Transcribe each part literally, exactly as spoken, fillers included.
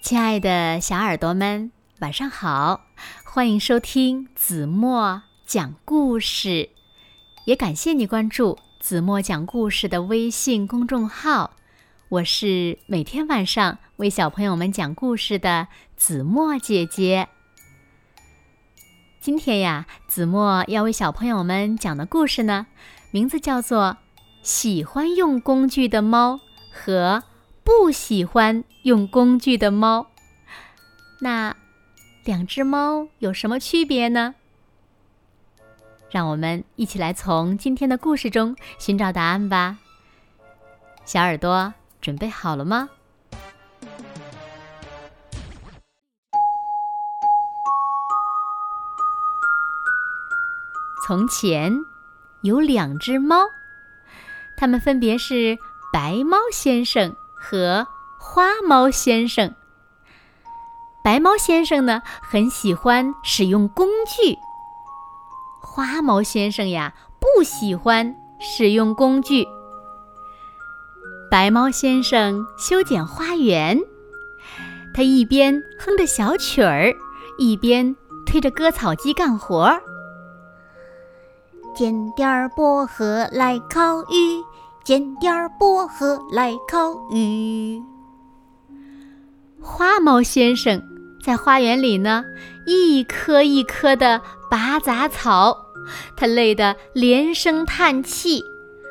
亲爱的小耳朵们，晚上好，欢迎收听子墨讲故事，也感谢你关注子墨讲故事的微信公众号。我是每天晚上为小朋友们讲故事的子墨姐姐。今天呀，子墨要为小朋友们讲的故事呢，名字叫做喜欢用工具的猫和不喜欢用工具的猫。那两只猫有什么区别呢？让我们一起来从今天的故事中寻找答案吧。小耳朵准备好了吗？从前有两只猫，它们分别是白猫先生和花猫先生。白猫先生呢，很喜欢使用工具。花猫先生呀，不喜欢使用工具。白猫先生修剪花园，他一边哼着小曲儿，一边推着割草机干活。 捡点薄荷来烤鱼，捡点薄荷来烤鱼。 花猫先生在花园里呢，一颗一颗地拔杂草，他累得连声叹气。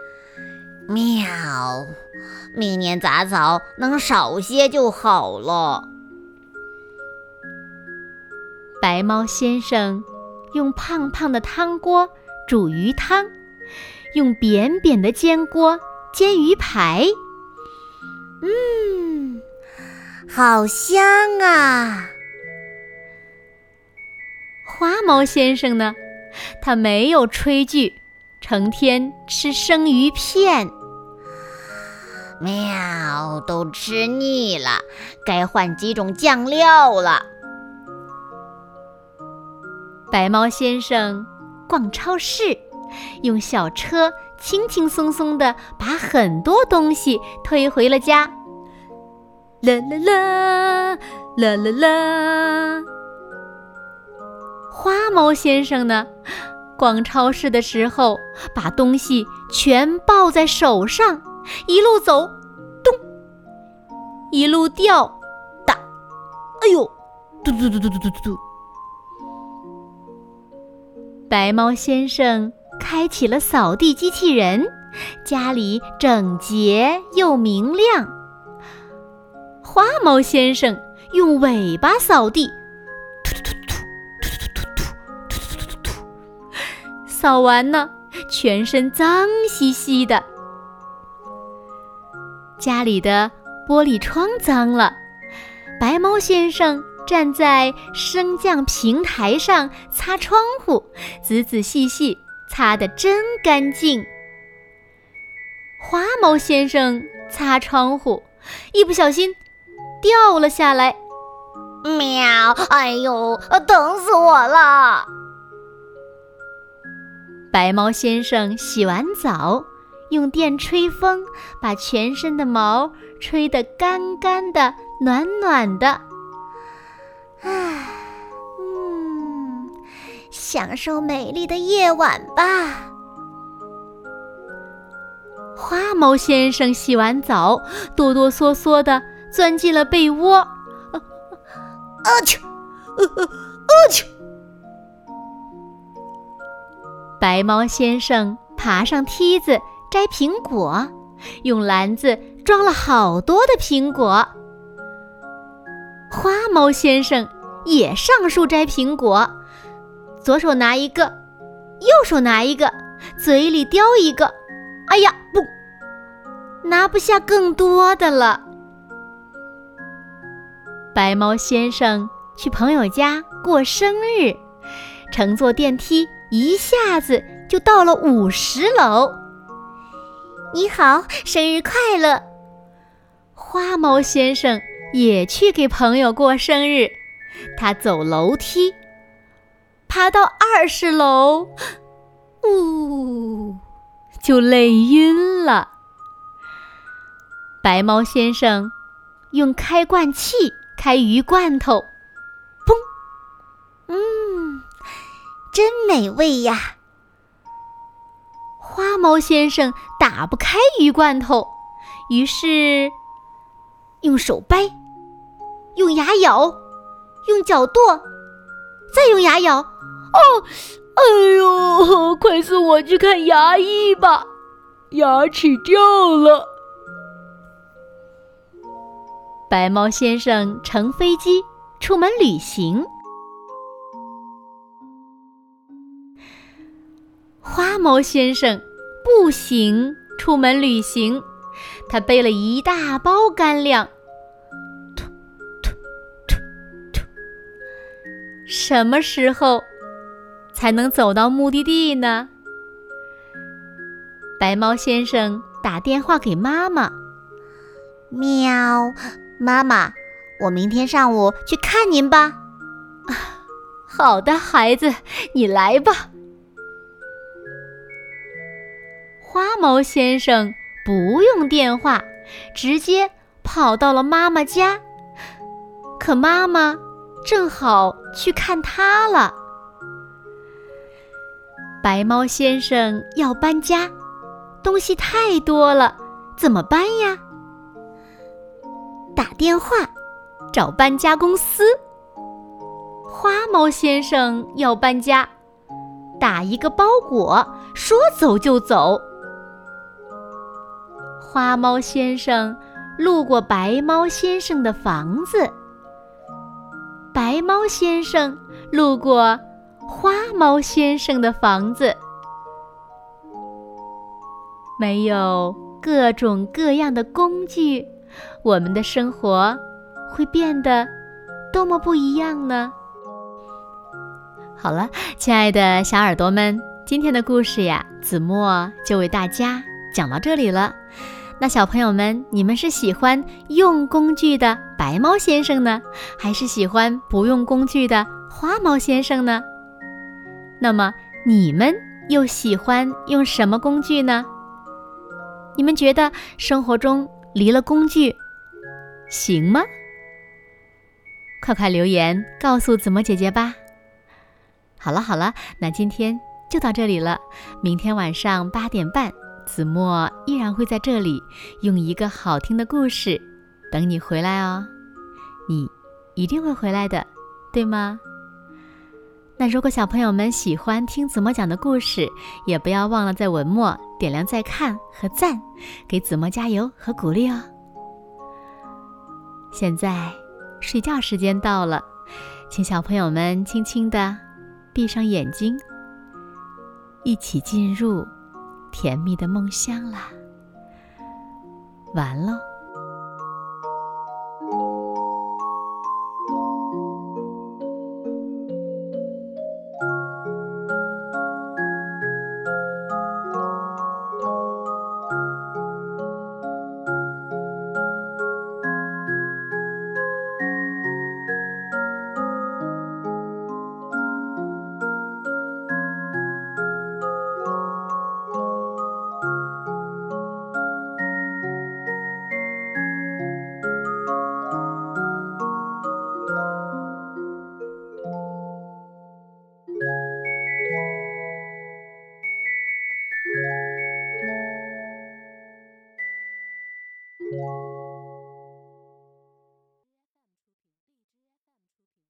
喵，明年杂草能少些就好了。 白猫先生用胖胖的汤锅煮鱼汤，用扁扁的煎锅煎鱼排。 嗯，好香啊！ 花猫先生呢，他没有炊具，成天吃生鱼片。 喵，都吃腻了，该换几种酱料了。 白猫先生逛超市，用小车轻轻松松地把很多东西推回了家。啦啦啦，啦啦啦。花猫先生呢，逛超市的时候，把东西全抱在手上，一路走，咚，一路掉，哒，哎呦，嘟嘟嘟嘟嘟嘟嘟。白猫先生开启了扫地机器人，家里整洁又明亮。花猫先生用尾巴扫地，突突突突突突突突突突，扫完呢，全身脏兮兮的。家里的玻璃窗脏了，白猫先生站在升降平台上擦窗户，仔仔细细擦得真干净。花猫先生擦窗户，一不小心掉了下来。 喵，哎呦，疼死我了！ 白猫先生洗完澡，用电吹风，把全身的毛吹得干干的、暖暖的。 唉，嗯，享受美丽的夜晚吧。 花猫先生洗完澡，哆哆嗦嗦地钻进了被窝。啊啊啾，呃呃啊啾！ 白猫先生爬上梯子摘苹果，用篮子装了好多的苹果。花猫先生也上树摘苹果，左手拿一个，右手拿一个，嘴里叼一个。哎呀，不，拿不下更多的了。白猫先生去朋友家过生日，乘坐电梯一下子就到了五十楼。 你好，生日快乐！ 花猫先生也去给朋友过生日，他走楼梯，爬到二十楼，呜，就累晕了。白猫先生用开罐器开鱼罐头。砰！ 嗯，真美味呀！ 花猫先生打不开鱼罐头，于是用手掰，用牙咬，用脚剁，再用牙咬。哦，哎呦，快送我去看牙医吧，牙齿掉了。白猫先生乘飞机出门旅行，花猫先生步行出门旅行，他背了一大包干粮。突突突突，什么时候才能走到目的地呢？白猫先生打电话给妈妈。 喵，妈妈，我明天上午去看您吧。 好的，孩子，你来吧。花猫先生不用电话，直接跑到了妈妈家。可妈妈正好去看他了。白猫先生要搬家，东西太多了，怎么搬呀？打电话找搬家公司。花猫先生要搬家，打一个包裹，说走就走。花猫先生路过白猫先生的房子，白猫先生路过花猫先生的房子。没有各种各样的工具，我们的生活会变得多么不一样呢？好了，亲爱的小耳朵们，今天的故事呀，子墨就为大家讲到这里了。那小朋友们，你们是喜欢用工具的白猫先生呢，还是喜欢不用工具的花猫先生呢？那么你们又喜欢用什么工具呢？你们觉得生活中离了工具行吗？快快留言告诉子墨姐姐吧。好了好了，那今天就到这里了。明天晚上八点半，子墨依然会在这里用一个好听的故事等你回来哦。你一定会回来的，对吗？那如果小朋友们喜欢听子墨讲的故事，也不要忘了在文末点亮再看和赞，给子墨加油和鼓励哦。现在睡觉时间到了，请小朋友们轻轻地闭上眼睛，一起进入甜蜜的梦乡啦。完喽。